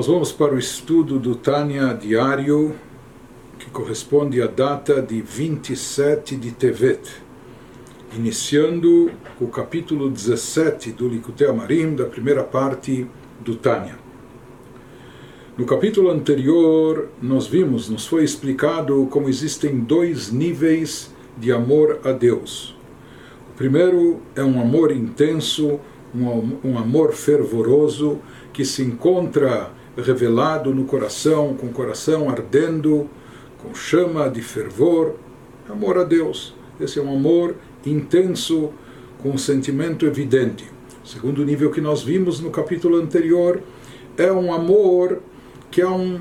Nós vamos para o estudo do Tânia diário, que corresponde à data de 27 de Tevet, iniciando o capítulo 17 do Likutei Amarim, da primeira parte do Tânia. No capítulo anterior, nos foi explicado como existem dois níveis de amor a Deus. O primeiro é um amor intenso, um amor fervoroso, que se encontra revelado no coração, com o coração ardendo, com chama de fervor, amor a Deus. Esse é um amor intenso, com um sentimento evidente. O segundo nível que nós vimos no capítulo anterior é um amor que é um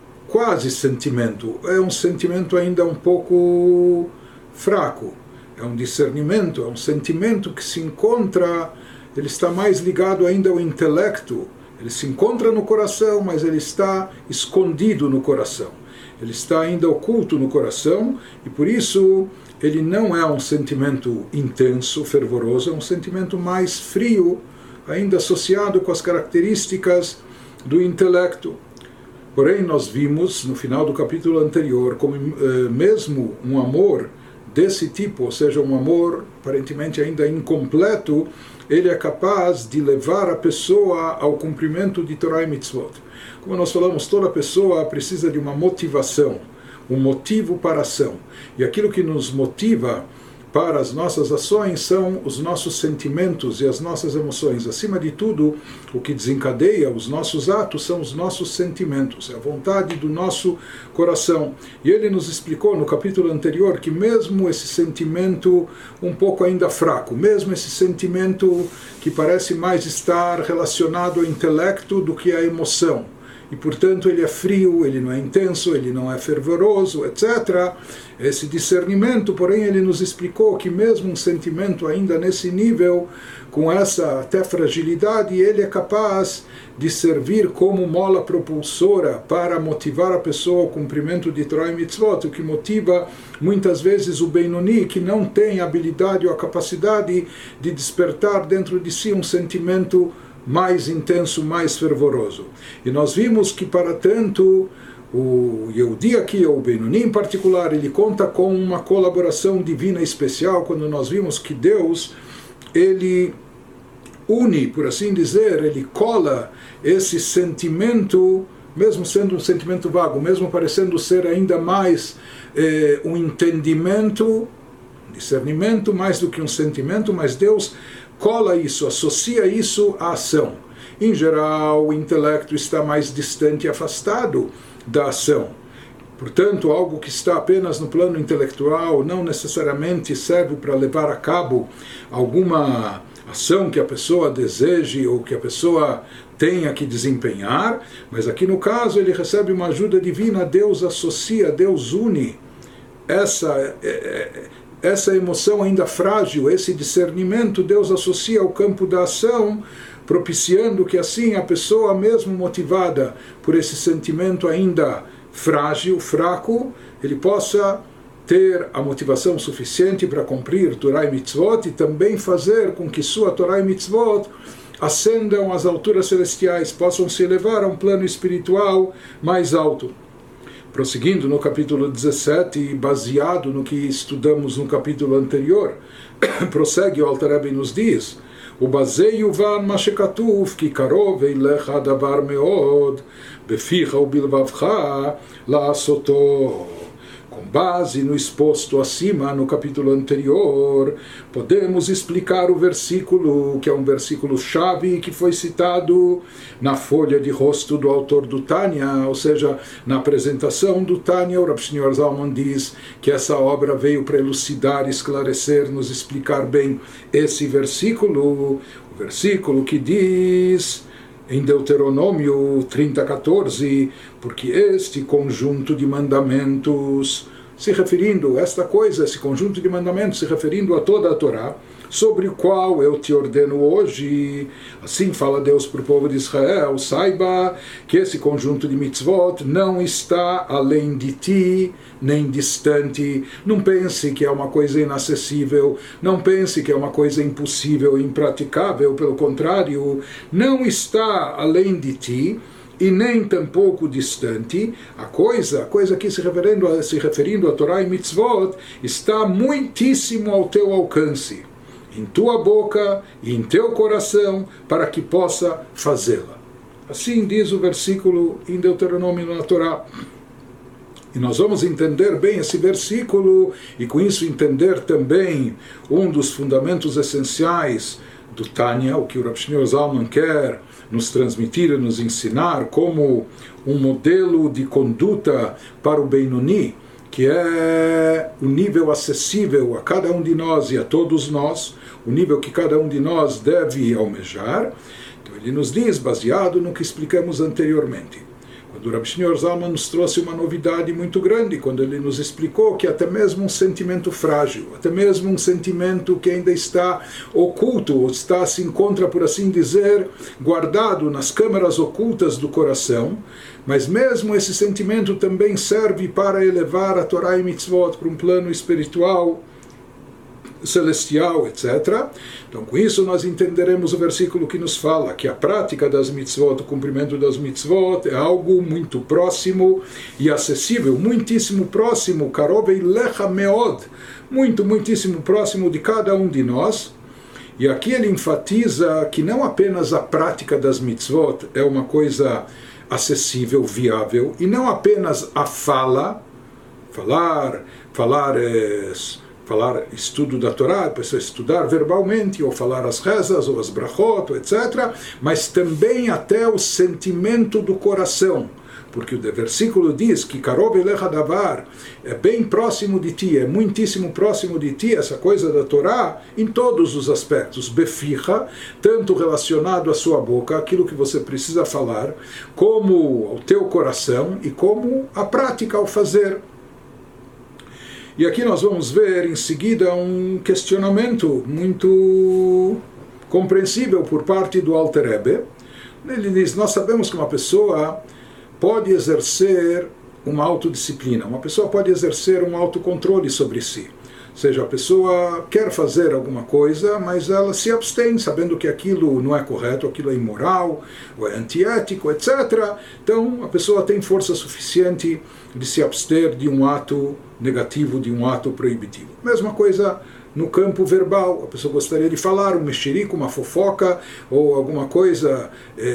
quase sentimento, é um sentimento ainda um pouco fraco, é um discernimento, é um sentimento que se encontra, ele está mais ligado ainda ao intelecto, ele se encontra no coração, mas ele está escondido no coração, ele está ainda oculto no coração, e por isso ele não é um sentimento intenso, fervoroso, é um sentimento mais frio, ainda associado com as características do intelecto. Porém, nós vimos no final do capítulo anterior como mesmo um amor desse tipo, ou seja, um amor aparentemente ainda incompleto, ele é capaz de levar a pessoa ao cumprimento de Torah e Mitzvot. Como nós falamos, toda pessoa precisa de uma motivação, um motivo para a ação. E aquilo que nos motiva para as nossas ações são os nossos sentimentos e as nossas emoções. Acima de tudo, o que desencadeia os nossos atos são os nossos sentimentos, é a vontade do nosso coração. E ele nos explicou no capítulo anterior que mesmo esse sentimento um pouco ainda fraco, mesmo esse sentimento que parece mais estar relacionado ao intelecto do que à emoção, e portanto ele é frio, ele não é intenso, ele não é fervoroso, etc. Esse discernimento, porém, ele nos explicou que mesmo um sentimento ainda nesse nível, com essa até fragilidade, ele é capaz de servir como mola propulsora para motivar a pessoa ao cumprimento de Torah e Mitzvot, o que motiva muitas vezes o Benoni, que não tem a habilidade ou a capacidade de despertar dentro de si um sentimento mais intenso, mais fervoroso. E nós vimos que, para tanto, o Yehudi aqui, ou o Benoni em particular, ele conta com uma colaboração divina especial, quando nós vimos que Deus, ele une, por assim dizer, ele cola esse sentimento, mesmo sendo um sentimento vago, mesmo parecendo ser ainda mais um entendimento, um discernimento, mais do que um sentimento, mas Deus cola isso, associa isso à ação. Em geral, o intelecto está mais distante e afastado da ação. Portanto, algo que está apenas no plano intelectual não necessariamente serve para levar a cabo alguma ação que a pessoa deseje ou que a pessoa tenha que desempenhar, mas aqui no caso ele recebe uma ajuda divina, Deus associa, Deus une essa emoção ainda frágil, esse discernimento, Deus associa ao campo da ação, propiciando que assim a pessoa, mesmo motivada por esse sentimento ainda frágil, fraco, ele possa ter a motivação suficiente para cumprir Torah e Mitzvot e também fazer com que sua Torah e Mitzvot ascendam às alturas celestiais, possam se elevar a um plano espiritual mais alto. Prosseguindo no capítulo 17, baseado no que estudamos no capítulo anterior, prossegue o Alter Rebbe e nos diz: o baseio van mashekatuf ki karov eilecha davar meod beficha ubilvavcha la'asoto. Com base no exposto acima no capítulo anterior, podemos explicar o versículo, que é um versículo-chave que foi citado na folha de rosto do autor do Tânia, ou seja, na apresentação do Tânia, o Rav Shneur Zalman diz que essa obra veio para elucidar, esclarecer, nos explicar bem esse versículo, o versículo que diz em Deuteronômio 30:14, porque este conjunto de mandamentos, se referindo a esta coisa, esse conjunto de mandamentos, se referindo a toda a Torá, sobre o qual eu te ordeno hoje, assim fala Deus para o povo de Israel, saiba que esse conjunto de mitzvot não está além de ti, nem distante. Não pense que é uma coisa inacessível, não pense que é uma coisa impossível, impraticável, pelo contrário, não está além de ti. e nem tampouco distante. A coisa aqui se referindo a Torá e Mitzvot, está muitíssimo ao teu alcance, em tua boca e em teu coração, para que possa fazê-la. Assim diz o versículo em Deuteronômio na Torá. E nós vamos entender bem esse versículo, e com isso entender também um dos fundamentos essenciais do Tânia, o que o Rav Shneur Zalman quer nos transmitir e nos ensinar como um modelo de conduta para o Benoni, que é o nível acessível a cada um de nós e a todos nós, o nível que cada um de nós deve almejar. Então ele nos diz, baseado no que explicamos anteriormente, quando o Rav Shneur Zalman nos trouxe uma novidade muito grande, quando ele nos explicou que até mesmo um sentimento frágil, até mesmo um sentimento que ainda está oculto, ou se encontra, por assim dizer, guardado nas câmaras ocultas do coração, mas mesmo esse sentimento também serve para elevar a Torá e Mitzvot para um plano espiritual, celestial, etc. Então, com isso nós entenderemos o versículo que nos fala que a prática das mitzvot, o cumprimento das mitzvot, é algo muito próximo e acessível, muitíssimo próximo, karov eilecha meod, muitíssimo próximo de cada um de nós. E aqui ele enfatiza que não apenas a prática das mitzvot é uma coisa acessível, viável, e não apenas a falar estudo da Torá, a pessoa estudar verbalmente, ou falar as rezas, ou as brachot, etc., mas também até o sentimento do coração, porque o versículo diz que karov elecha davar é bem próximo de ti, é muitíssimo próximo de ti, essa coisa da Torá, em todos os aspectos, beficha, tanto relacionado à sua boca, aquilo que você precisa falar, como ao teu coração, e como a prática ao fazer. E aqui nós vamos ver em seguida um questionamento muito compreensível por parte do Alter Rebbe. Ele diz, nós sabemos que uma pessoa pode exercer uma autodisciplina, uma pessoa pode exercer um autocontrole sobre si. Ou seja, a pessoa quer fazer alguma coisa, mas ela se abstém, sabendo que aquilo não é correto, aquilo é imoral, ou é antiético, etc. Então, a pessoa tem força suficiente de se abster de um ato negativo, de um ato proibitivo. Mesma coisa no campo verbal, a pessoa gostaria de falar um mexerico, uma fofoca, ou alguma coisa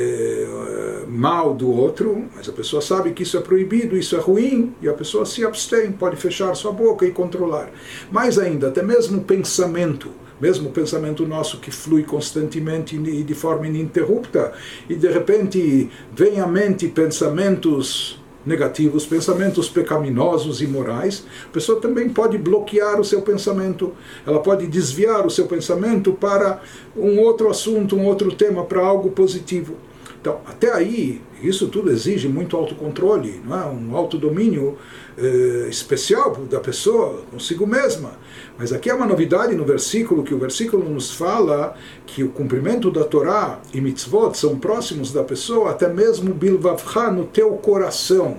mal do outro, mas a pessoa sabe que isso é proibido, isso é ruim, e a pessoa se abstém, pode fechar sua boca e controlar. Mais ainda, até mesmo o pensamento nosso que flui constantemente e de forma ininterrupta, e de repente vem à mente pensamentos negativos, pensamentos pecaminosos e imorais, a pessoa também pode bloquear o seu pensamento, ela pode desviar o seu pensamento para um outro assunto, um outro tema, para algo positivo. Então, até aí, isso tudo exige muito autocontrole, não é? Um autodomínio especial da pessoa consigo mesma. Mas aqui é uma novidade no versículo, que o versículo nos fala que o cumprimento da Torá e mitzvot são próximos da pessoa, até mesmo bilvavcha, no teu coração.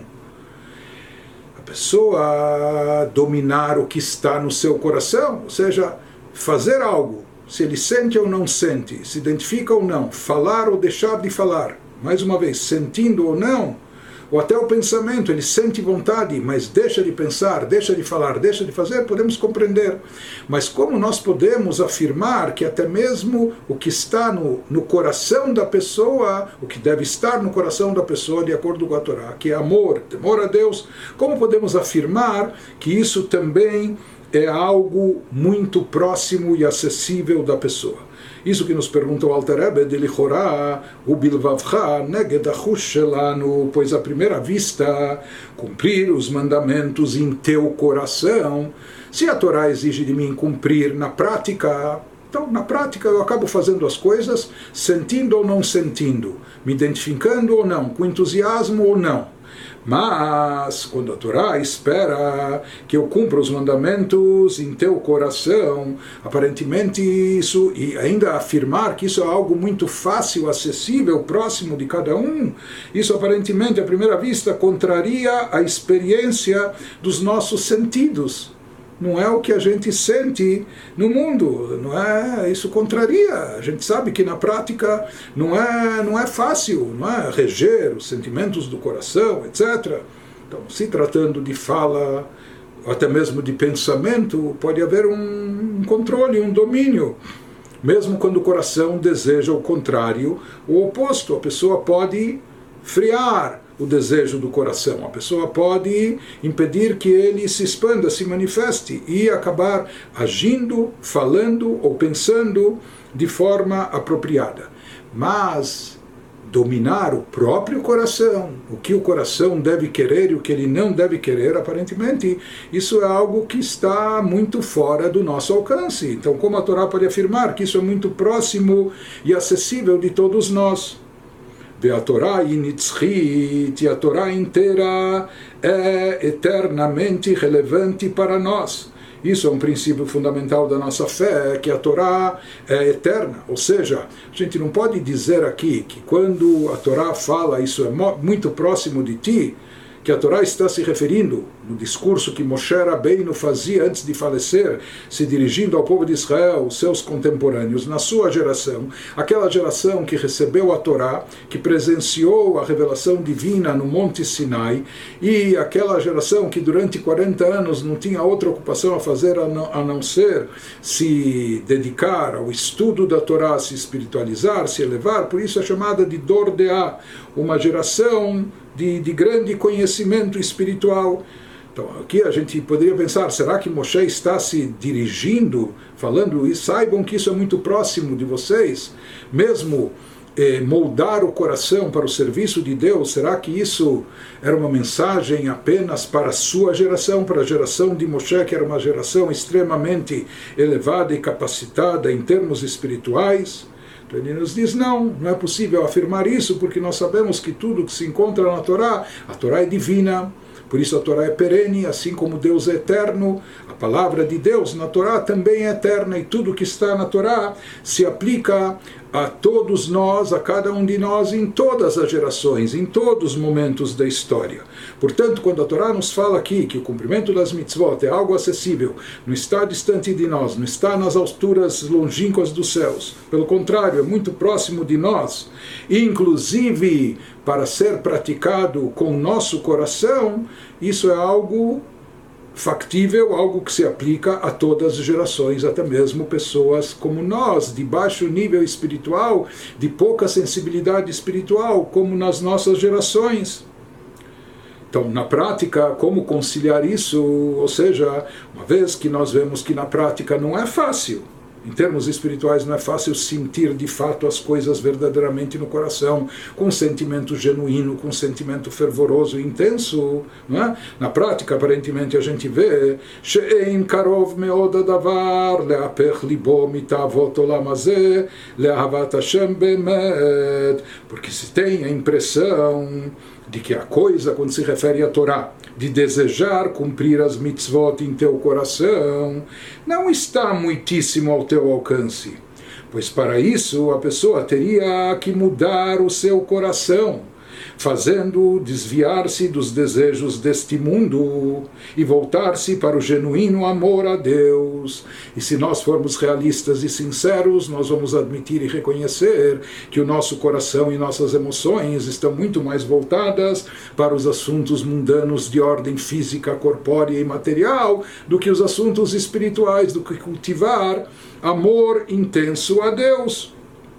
A pessoa dominar o que está no seu coração, ou seja, fazer algo, se ele sente ou não sente, se identifica ou não, falar ou deixar de falar, mais uma vez, sentindo ou não, ou até o pensamento, ele sente vontade, mas deixa de pensar, deixa de falar, deixa de fazer, podemos compreender. Mas como nós podemos afirmar que até mesmo o que está no coração da pessoa, o que deve estar no coração da pessoa, de acordo com a Torá, que é amor, temor a Deus, como podemos afirmar que isso também é algo muito próximo e acessível da pessoa? Isso que nos pergunta o Alter Rebbe, de Lichorá, o Bilvavcha, Neged Achush Shelanu, pois à primeira vista, cumprir os mandamentos em teu coração. Se a Torá exige de mim cumprir na prática, então na prática eu acabo fazendo as coisas, sentindo ou não sentindo, me identificando ou não, com entusiasmo ou não. Mas, quando a Torá espera que eu cumpra os mandamentos em teu coração, aparentemente isso, e ainda afirmar que isso é algo muito fácil, acessível, próximo de cada um, isso aparentemente, à primeira vista, contraria a experiência dos nossos sentidos. não é o que a gente sente no mundo, não é? Isso contraria. A gente sabe que na prática não é fácil, não é? Reger os sentimentos do coração, etc. Então, se tratando de fala, até mesmo de pensamento, pode haver um controle, um domínio. Mesmo quando o coração deseja o contrário, o oposto, a pessoa pode frear o desejo do coração, a pessoa pode impedir que ele se expanda, se manifeste e acabar agindo, falando ou pensando de forma apropriada. Mas dominar o próprio coração, o que o coração deve querer e o que ele não deve querer, aparentemente, isso é algo que está muito fora do nosso alcance. Então, como a Torá pode afirmar que isso é muito próximo e acessível de todos nós? A Torá initzchit, e a Torá inteira é eternamente relevante para nós. Isso é um princípio fundamental da nossa fé, que a Torá é eterna. Ou seja, a gente não pode dizer aqui que quando a Torá fala isso é muito próximo de ti, que a Torá está se referindo no discurso que Moshe Rabbeinu fazia antes de falecer, se dirigindo ao povo de Israel, os seus contemporâneos, na sua geração, aquela geração que recebeu a Torá, que presenciou a revelação divina no Monte Sinai, e aquela geração que durante 40 anos não tinha outra ocupação a fazer a não ser se dedicar ao estudo da Torá, se espiritualizar, se elevar. Por isso é chamada de Dor Deá, uma geração de grande conhecimento espiritual. Então aqui a gente poderia pensar, será que Moshe está se dirigindo, falando, e saibam que isso é muito próximo de vocês, mesmo moldar o coração para o serviço de Deus, será que isso era uma mensagem apenas para a sua geração, para a geração de Moshe, que era uma geração extremamente elevada e capacitada em termos espirituais? Então ele nos diz, não é possível afirmar isso, porque nós sabemos que tudo que se encontra na Torá, a Torá é divina, por isso a Torá é perene, assim como Deus é eterno, a palavra de Deus na Torá também é eterna, e tudo que está na Torá se aplica a todos nós, a cada um de nós, em todas as gerações, em todos os momentos da história. Portanto, quando a Torá nos fala aqui que o cumprimento das mitzvot é algo acessível, não está distante de nós, não está nas alturas longínquas dos céus, pelo contrário, é muito próximo de nós, inclusive para ser praticado com o nosso coração, isso é algo factível, algo que se aplica a todas as gerações, até mesmo pessoas como nós, de baixo nível espiritual, de pouca sensibilidade espiritual, como nas nossas gerações. Então, na prática, como conciliar isso? Ou seja, uma vez que nós vemos que na prática não é fácil, em termos espirituais não é fácil sentir de fato as coisas verdadeiramente no coração, com um sentimento genuíno, com um sentimento fervoroso e intenso, não é? Na prática, aparentemente, a gente vê she'ein karov meod hadavar le'apech libo mitavot olam hazeh le'ahavat Hashem be'emet, porque se tem a impressão de que a coisa, quando se refere à Torá, de desejar cumprir as mitzvot em teu coração, não está muitíssimo ao teu alcance, pois para isso a pessoa teria que mudar o seu coração, fazendo desviar-se dos desejos deste mundo e voltar-se para o genuíno amor a Deus. E se nós formos realistas e sinceros, nós vamos admitir e reconhecer que o nosso coração e nossas emoções estão muito mais voltadas para os assuntos mundanos de ordem física, corpórea e material do que os assuntos espirituais, do que cultivar amor intenso a Deus.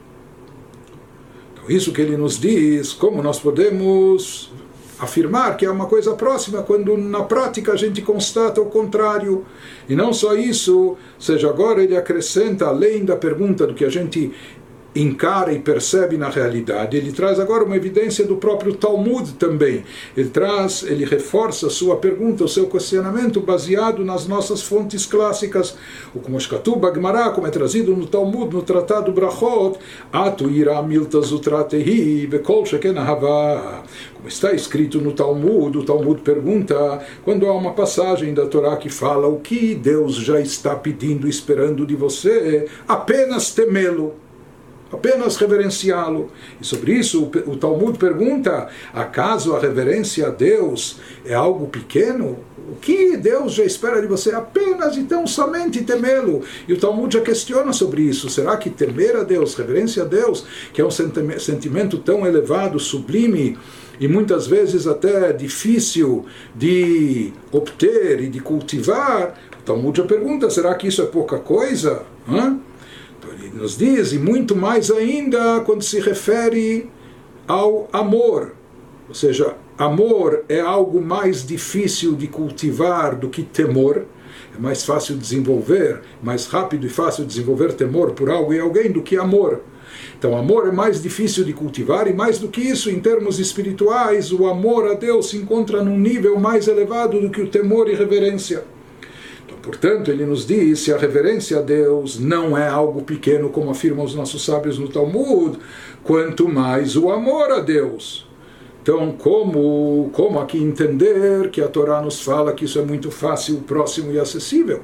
Isso que ele nos diz, como nós podemos afirmar que é uma coisa próxima, quando na prática a gente constata o contrário. E não só isso, ou seja, agora ele acrescenta, além da pergunta do que a gente encara e percebe na realidade, ele traz agora uma evidência do próprio Talmud também. Ele reforça a sua pergunta, o seu questionamento baseado nas nossas fontes clássicas. O como Shkatuv Bagmará, como é trazido no Talmud, no Tratado Brachot, Atu ira milta zutratehi vekol sheken ahava. Como está escrito no Talmud, o Talmud pergunta, quando há uma passagem da Torá que fala o que Deus já está pedindo, esperando de você, apenas temê-lo. apenas reverenciá-lo. E sobre isso o Talmud pergunta, acaso a reverência a Deus é algo pequeno? O que Deus já espera de você? Apenas, então, somente temê-lo. E o Talmud já questiona sobre isso. Será que temer a Deus, reverência a Deus, que é um sentimento tão elevado, sublime, e muitas vezes até difícil de obter e de cultivar, o Talmud já pergunta, será que isso é pouca coisa? Então ele nos diz, e muito mais ainda quando se refere ao amor. Ou seja, amor é algo mais difícil de cultivar do que temor. É mais fácil desenvolver, mais rápido e fácil desenvolver temor por algo e alguém do que amor. Então, amor é mais difícil de cultivar, e mais do que isso, em termos espirituais, o amor a Deus se encontra num nível mais elevado do que o temor e reverência. Então, portanto, ele nos diz, se a reverência a Deus não é algo pequeno, como afirmam os nossos sábios no Talmud, quanto mais o amor a Deus. Então, como aqui entender que a Torá nos fala que isso é muito fácil, próximo e acessível?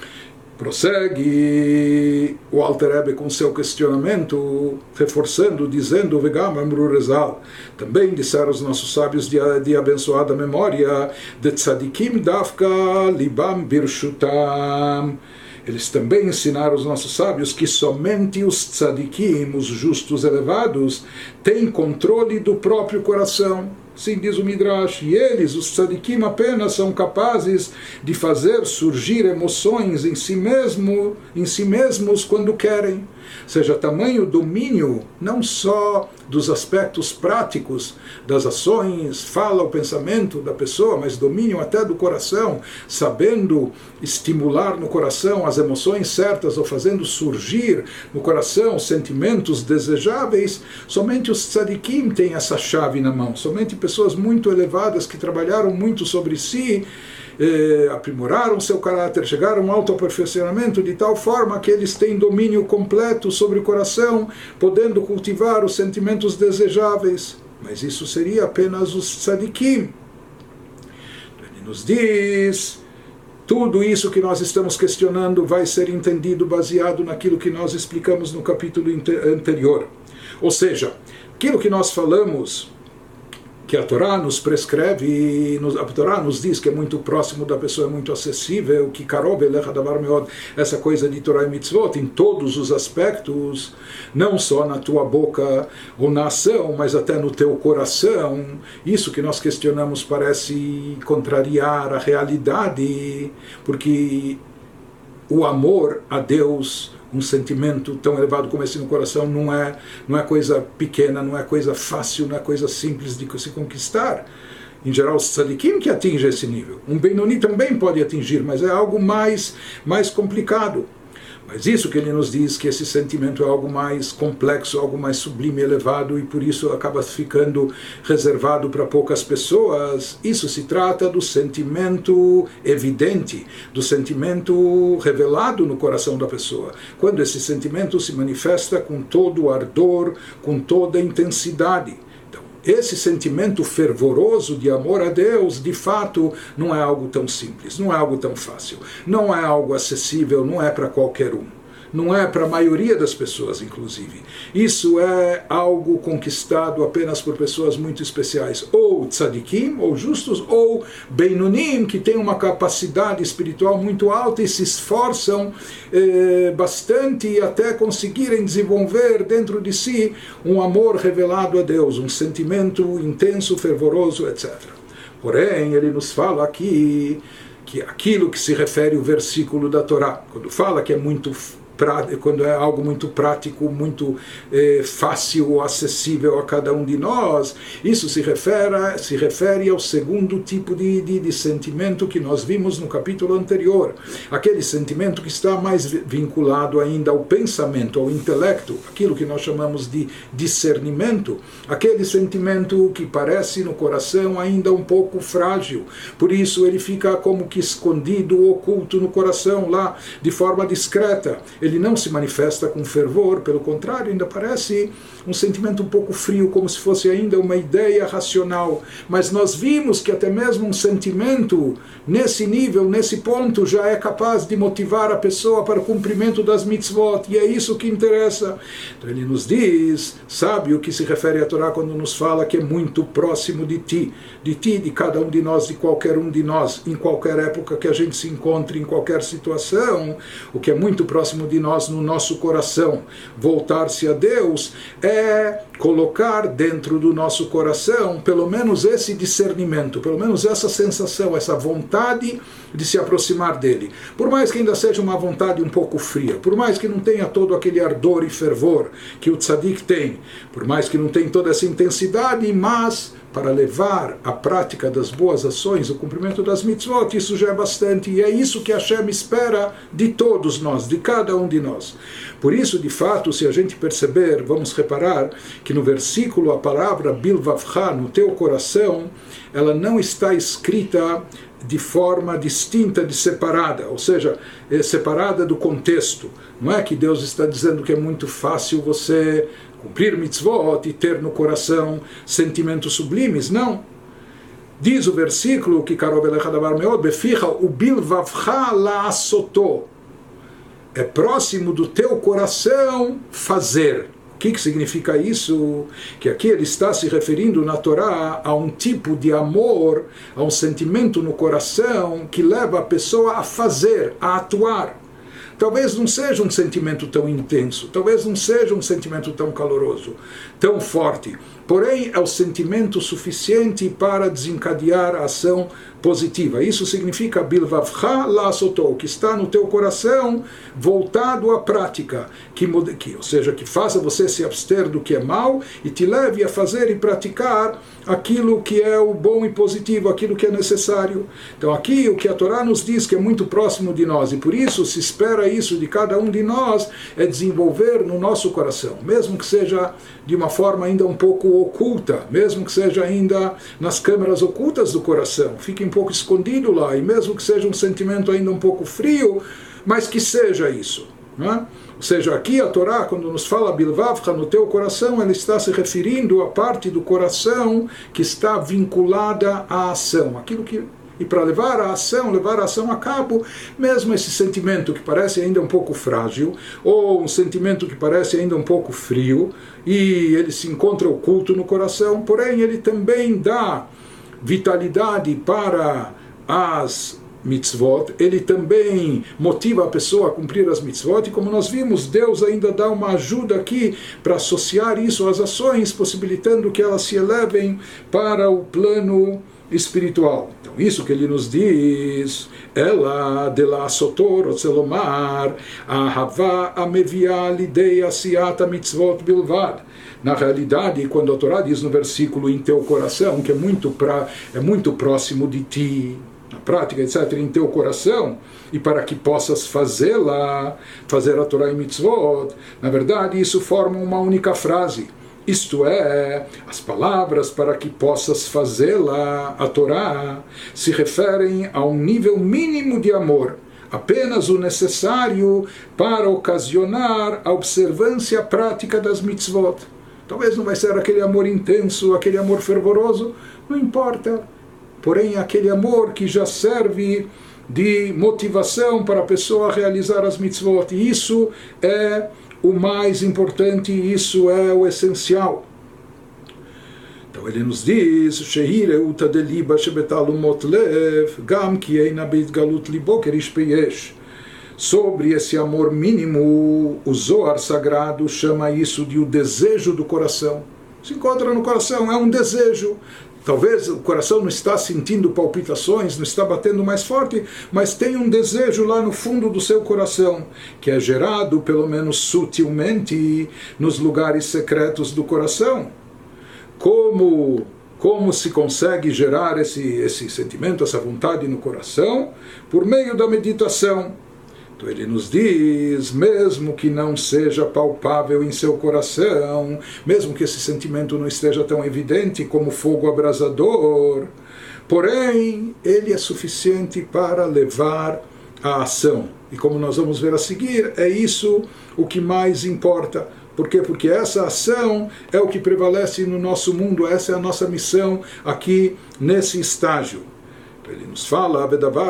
Prossegue o Alter Rebbe com seu questionamento, reforçando, dizendo, Vegam Amru Rezal, também disseram os nossos sábios de abençoada memória, de tzadikim dafka libam birshutam. Eles também ensinaram os nossos sábios que somente os tzadikim, os justos elevados, têm controle do próprio coração. Sim, diz o Midrash, e eles, os tzadikim, apenas são capazes de fazer surgir emoções em si mesmos quando querem. Ou seja, tamanho domínio, não só dos aspectos práticos, das ações, fala, o pensamento da pessoa, mas domínio até do coração, sabendo estimular no coração as emoções certas, ou fazendo surgir no coração sentimentos desejáveis. Somente os tzadikim têm essa chave na mão, somente pessoas muito elevadas que trabalharam muito sobre si, aprimoraram seu caráter, chegaram a um autoaperfeiçoamento de tal forma que eles têm domínio completo sobre o coração, podendo cultivar os sentimentos desejáveis. Mas isso seria apenas os tzadikim. Ele nos diz, tudo isso que nós estamos questionando vai ser entendido baseado naquilo que nós explicamos no capítulo anterior. Ou seja, aquilo que nós falamos, que a Torá nos prescreve, a Torá nos diz que é muito próximo da pessoa, é muito acessível, que karov elecha davar meod, essa coisa de Torá e mitzvot, em todos os aspectos, não só na tua boca ou na ação, mas até no teu coração. Isso que nós questionamos parece contrariar a realidade, porque o amor a Deus, um sentimento tão elevado como esse no coração, não é coisa pequena, não é coisa fácil, não é coisa simples de se conquistar. Em geral, os tzadikim que atingem esse nível. Um Benoni também pode atingir, mas é algo mais complicado. Mas isso que ele nos diz, que esse sentimento é algo mais complexo, algo mais sublime, elevado, e por isso acaba ficando reservado para poucas pessoas. Isso se trata do sentimento evidente, do sentimento revelado no coração da pessoa. Quando esse sentimento se manifesta com todo o ardor, com toda a intensidade. Esse sentimento fervoroso de amor a Deus, de fato, não é algo tão simples, não é algo tão fácil, não é algo acessível, não é para qualquer um. Não é para a maioria das pessoas, inclusive. Isso é algo conquistado apenas por pessoas muito especiais, ou tzadikim, ou justos, ou beinonim, que têm uma capacidade espiritual muito alta e se esforçam bastante até conseguirem desenvolver dentro de si um amor revelado a Deus, um sentimento intenso, fervoroso, etc. Porém, ele nos fala aqui que aquilo que se refere ao versículo da Torá, quando fala que é muito quando é algo muito prático, muito fácil, acessível a cada um de nós, isso se refere ao segundo tipo de sentimento que nós vimos no capítulo anterior. Aquele sentimento que está mais vinculado ainda ao pensamento, ao intelecto, aquilo que nós chamamos de discernimento, aquele sentimento que parece no coração ainda um pouco frágil. Por isso ele fica como que escondido, oculto no coração lá, de forma discreta. ele não se manifesta com fervor, pelo contrário, ainda parece um sentimento um pouco frio, como se fosse ainda uma ideia racional. Mas nós vimos que até mesmo um sentimento nesse nível, nesse ponto, já é capaz de motivar a pessoa para o cumprimento das mitzvot, e é isso que interessa. Então ele nos diz, sabe o que se refere à Torá quando nos fala que é muito próximo de ti, de cada um de nós, de qualquer um de nós, em qualquer época que a gente se encontre, em qualquer situação, o que é muito próximo de nós no nosso coração. Voltar-se a Deus é colocar dentro do nosso coração pelo menos esse discernimento, pelo menos essa sensação, essa vontade de se aproximar dele. Por mais que ainda seja uma vontade um pouco fria, por mais que não tenha todo aquele ardor e fervor que o tzadik tem, por mais que não tenha toda essa intensidade, mas para levar a prática das boas ações, o cumprimento das mitzvot, isso já é bastante, e é isso que Hashem espera de todos nós, de cada um de nós. Por isso, de fato, se a gente perceber, vamos reparar que no versículo a palavra bilvavcha, no teu coração, ela não está escrita de forma distinta, de separada, ou seja, separada do contexto. Não é que Deus está dizendo que é muito fácil você cumprir mitzvot e ter no coração sentimentos sublimes, não. Diz o versículo que karov elecha davar meod beficha ubilvavcha la'asoto, é próximo do teu coração fazer. O que significa isso? Que aqui ele está se referindo na Torá a um tipo de amor, a um sentimento no coração que leva a pessoa a fazer, a atuar. Talvez não seja um sentimento tão intenso, talvez não seja um sentimento tão caloroso, tão forte, porém é o sentimento suficiente para desencadear a ação positiva. Isso significa bilvavcha la'asoto, que está no teu coração voltado à prática, ou seja, que faça você se abster do que é mal e te leve a fazer e praticar aquilo que é o bom e positivo, aquilo que é necessário. Então aqui o que a Torá nos diz que é muito próximo de nós, e por isso se espera isso de cada um de nós, é desenvolver no nosso coração, mesmo que seja de uma forma ainda um pouco oculta, mesmo que seja ainda nas câmaras ocultas do coração, fique um pouco escondido lá, e mesmo que seja um sentimento ainda um pouco frio, mas que seja isso, não é? Ou seja, aqui a Torá, quando nos fala bilvavcha, no teu coração, ela está se referindo à parte do coração que está vinculada à ação, aquilo que, e para levar a ação a cabo, mesmo esse sentimento que parece ainda um pouco frágil, ou um sentimento que parece ainda um pouco frio, e ele se encontra oculto no coração, porém ele também dá vitalidade para as mitzvot, ele também motiva a pessoa a cumprir as mitzvot, e como nós vimos, Deus ainda dá uma ajuda aqui para associar isso às ações, possibilitando que elas se elevem para o plano espiritual. Então isso que ele nos diz, ela de la sotor otzelomar ahava amevia lidei asiata mitzvot bilvad. Na realidade, quando a Torá diz no versículo em teu coração, que é muito próximo de ti, na prática, etc., em teu coração, e para que possas fazê-la, fazer a Torá e mitzvot, na verdade isso forma uma única frase. Isto é, as palavras para que possas fazê-la, a Torá, se referem a um nível mínimo de amor, apenas o necessário para ocasionar a observância prática das mitzvot. Talvez não vai ser aquele amor intenso, aquele amor fervoroso, não importa. Porém, aquele amor que já serve de motivação para a pessoa realizar as mitzvot. E isso é o mais importante, isso é o essencial. Então ele nos diz, Shehi reuta de liba shebetalumot lev, gam ki eina beitgalut libo kerish peyesh. Sobre esse amor mínimo, o Zohar Sagrado chama isso de o desejo do coração. Se encontra no coração, é um desejo. Talvez o coração não está sentindo palpitações, não está batendo mais forte, mas tem um desejo lá no fundo do seu coração, que é gerado, pelo menos sutilmente, nos lugares secretos do coração. Como se consegue gerar esse sentimento, essa vontade no coração? Por meio da meditação. Então ele nos diz, mesmo que não seja palpável em seu coração, mesmo que esse sentimento não esteja tão evidente como fogo abrasador, porém, ele é suficiente para levar a ação. E como nós vamos ver a seguir, é isso o que mais importa. Por quê? Porque essa ação é o que prevalece no nosso mundo, essa é a nossa missão aqui nesse estágio. Ele nos fala,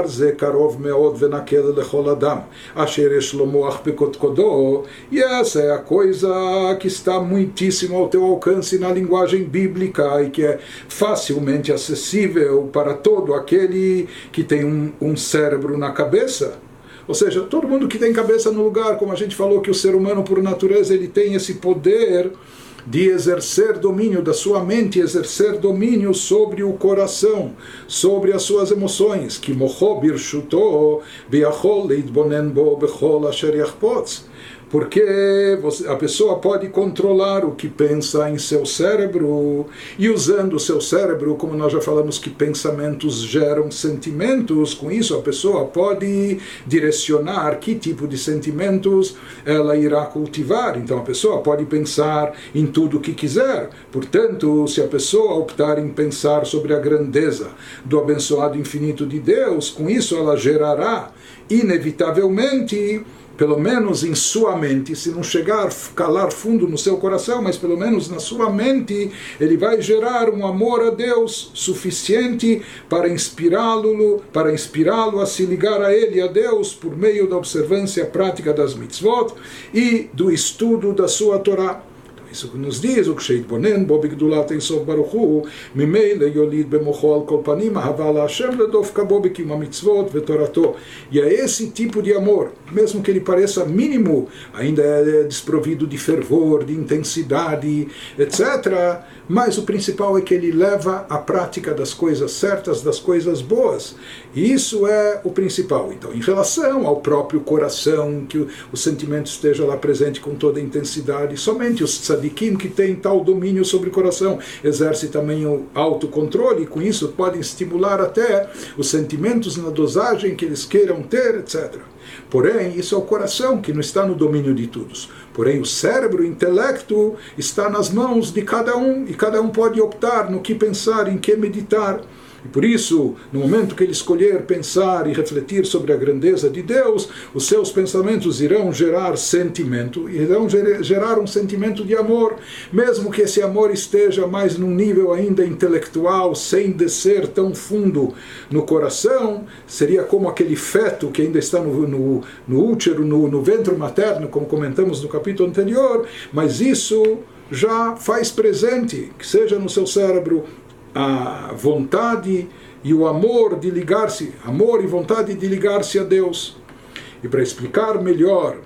e essa é a coisa que está muitíssimo ao teu alcance na linguagem bíblica e que é facilmente acessível para todo aquele que tem um cérebro na cabeça. Ou seja, todo mundo que tem cabeça no lugar, como a gente falou que o ser humano por natureza ele tem esse poder de exercer domínio da sua mente, exercer domínio sobre o coração, sobre as suas emoções. Que mocho birshuto biachol leitbonen bo bechol asher yachpotz. Porque a pessoa pode controlar o que pensa em seu cérebro, e usando o seu cérebro, como nós já falamos que pensamentos geram sentimentos, com isso a pessoa pode direcionar que tipo de sentimentos ela irá cultivar. Então a pessoa pode pensar em tudo o que quiser. Portanto, se a pessoa optar em pensar sobre a grandeza do abençoado infinito de Deus, com isso ela gerará inevitavelmente, pelo menos em sua mente, se não chegar a calar fundo no seu coração, mas pelo menos na sua mente, ele vai gerar um amor a Deus suficiente para inspirá-lo a se ligar a Ele, a Deus, por meio da observância prática das mitzvot e do estudo da sua Torá. Isso que nos diz o ksheitbonen bo bigdulat ensof baruchu mimele yolid bemocho al kol panim ahava la Hashem ledofka bo bekim hamitzvot vetorato. E é esse tipo de amor, mesmo que ele pareça mínimo, ainda é desprovido de fervor, de intensidade, etc. Mas o principal é que ele leva à prática das coisas certas, das coisas boas. E isso é o principal. Então, em relação ao próprio coração, que o sentimento esteja lá presente com toda a intensidade, somente os tzadikim que têm tal domínio sobre o coração exerce também o autocontrole, e com isso podem estimular até os sentimentos na dosagem que eles queiram ter, etc. Porém, isso é o coração que não está no domínio de todos. Porém, o cérebro, o intelecto, está nas mãos de cada um, e cada um pode optar no que pensar, em que meditar. E por isso, no momento que ele escolher pensar e refletir sobre a grandeza de Deus, os seus pensamentos irão gerar sentimento, irão gerar um sentimento de amor, mesmo que esse amor esteja mais num nível ainda intelectual, sem descer tão fundo no coração. Seria como aquele feto que ainda está no útero, no ventre materno, como comentamos no capítulo anterior, mas isso já faz presente, que seja no seu cérebro, a vontade e o amor de ligar-se, amor e vontade de ligar-se a Deus. E para explicar melhor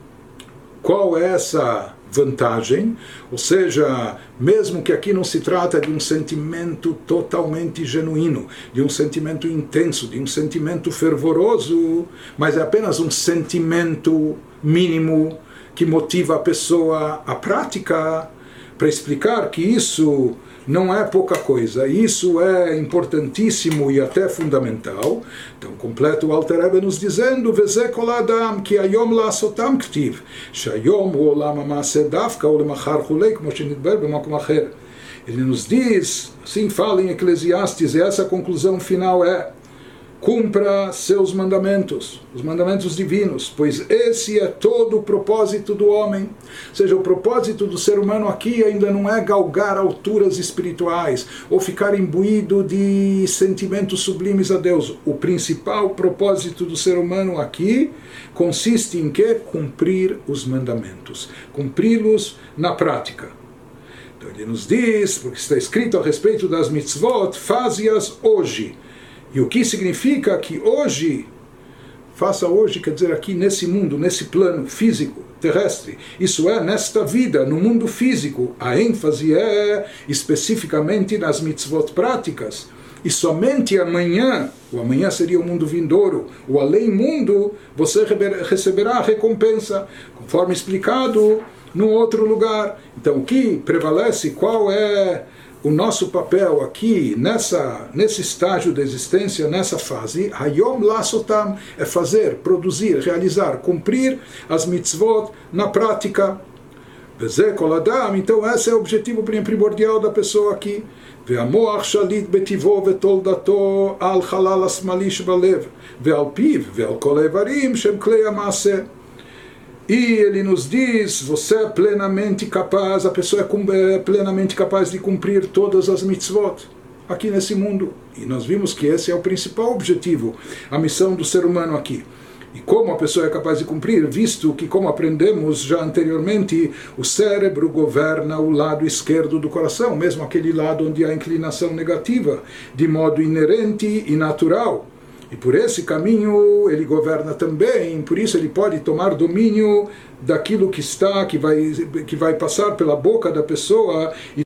qual é essa vantagem, ou seja, mesmo que aqui não se trata de um sentimento totalmente genuíno, de um sentimento intenso, de um sentimento fervoroso, mas é apenas um sentimento mínimo que motiva a pessoa à prática, para explicar que isso não é pouca coisa, isso é importantíssimo e até fundamental. Então completa o Alter Rebbe nos dizendo: Veze kol adam ki hayom la'asotam ktiv, shayom hu olam ha'maaseh dafka ulemachar chulei, como shenidber b'makom acher. Ele nos diz, assim fala em Eclesiastes, e essa conclusão final é: cumpra seus mandamentos, os mandamentos divinos, pois esse é todo o propósito do homem. Ou seja, o propósito do ser humano aqui ainda não é galgar alturas espirituais ou ficar imbuído de sentimentos sublimes a Deus. O principal propósito do ser humano aqui consiste em quê? Cumprir os mandamentos, cumpri-los na prática. Então ele nos diz, porque está escrito a respeito das mitzvot, faze-as hoje. E o que significa que hoje, faça hoje, quer dizer aqui nesse mundo, nesse plano físico, terrestre, isso é, nesta vida, no mundo físico, a ênfase é especificamente nas mitzvot práticas. E somente amanhã, o amanhã seria o mundo vindouro, o além-mundo, você receberá a recompensa, conforme explicado num outro lugar. Então o que prevalece, qual é o nosso papel aqui, nesse estágio da existência, nessa fase, Hayom La'asotam, é fazer, produzir, realizar, cumprir as mitzvot na prática. Veze kol adam, então esse é o objetivo primordial da pessoa aqui. והמוח שליט בטבעו ותולדתו על חלל השמאלי שבלב, ועל פיו ועל כל האיברים שהם כלי המעשה. E ele nos diz, você é plenamente capaz, a pessoa é plenamente capaz de cumprir todas as mitzvot aqui nesse mundo. E nós vimos que esse é o principal objetivo, a missão do ser humano aqui. E como a pessoa é capaz de cumprir, visto que, como aprendemos já anteriormente, o cérebro governa o lado esquerdo do coração, mesmo aquele lado onde há inclinação negativa, de modo inerente e natural. E por esse caminho ele governa também, por isso ele pode tomar domínio daquilo que vai passar pela boca da pessoa e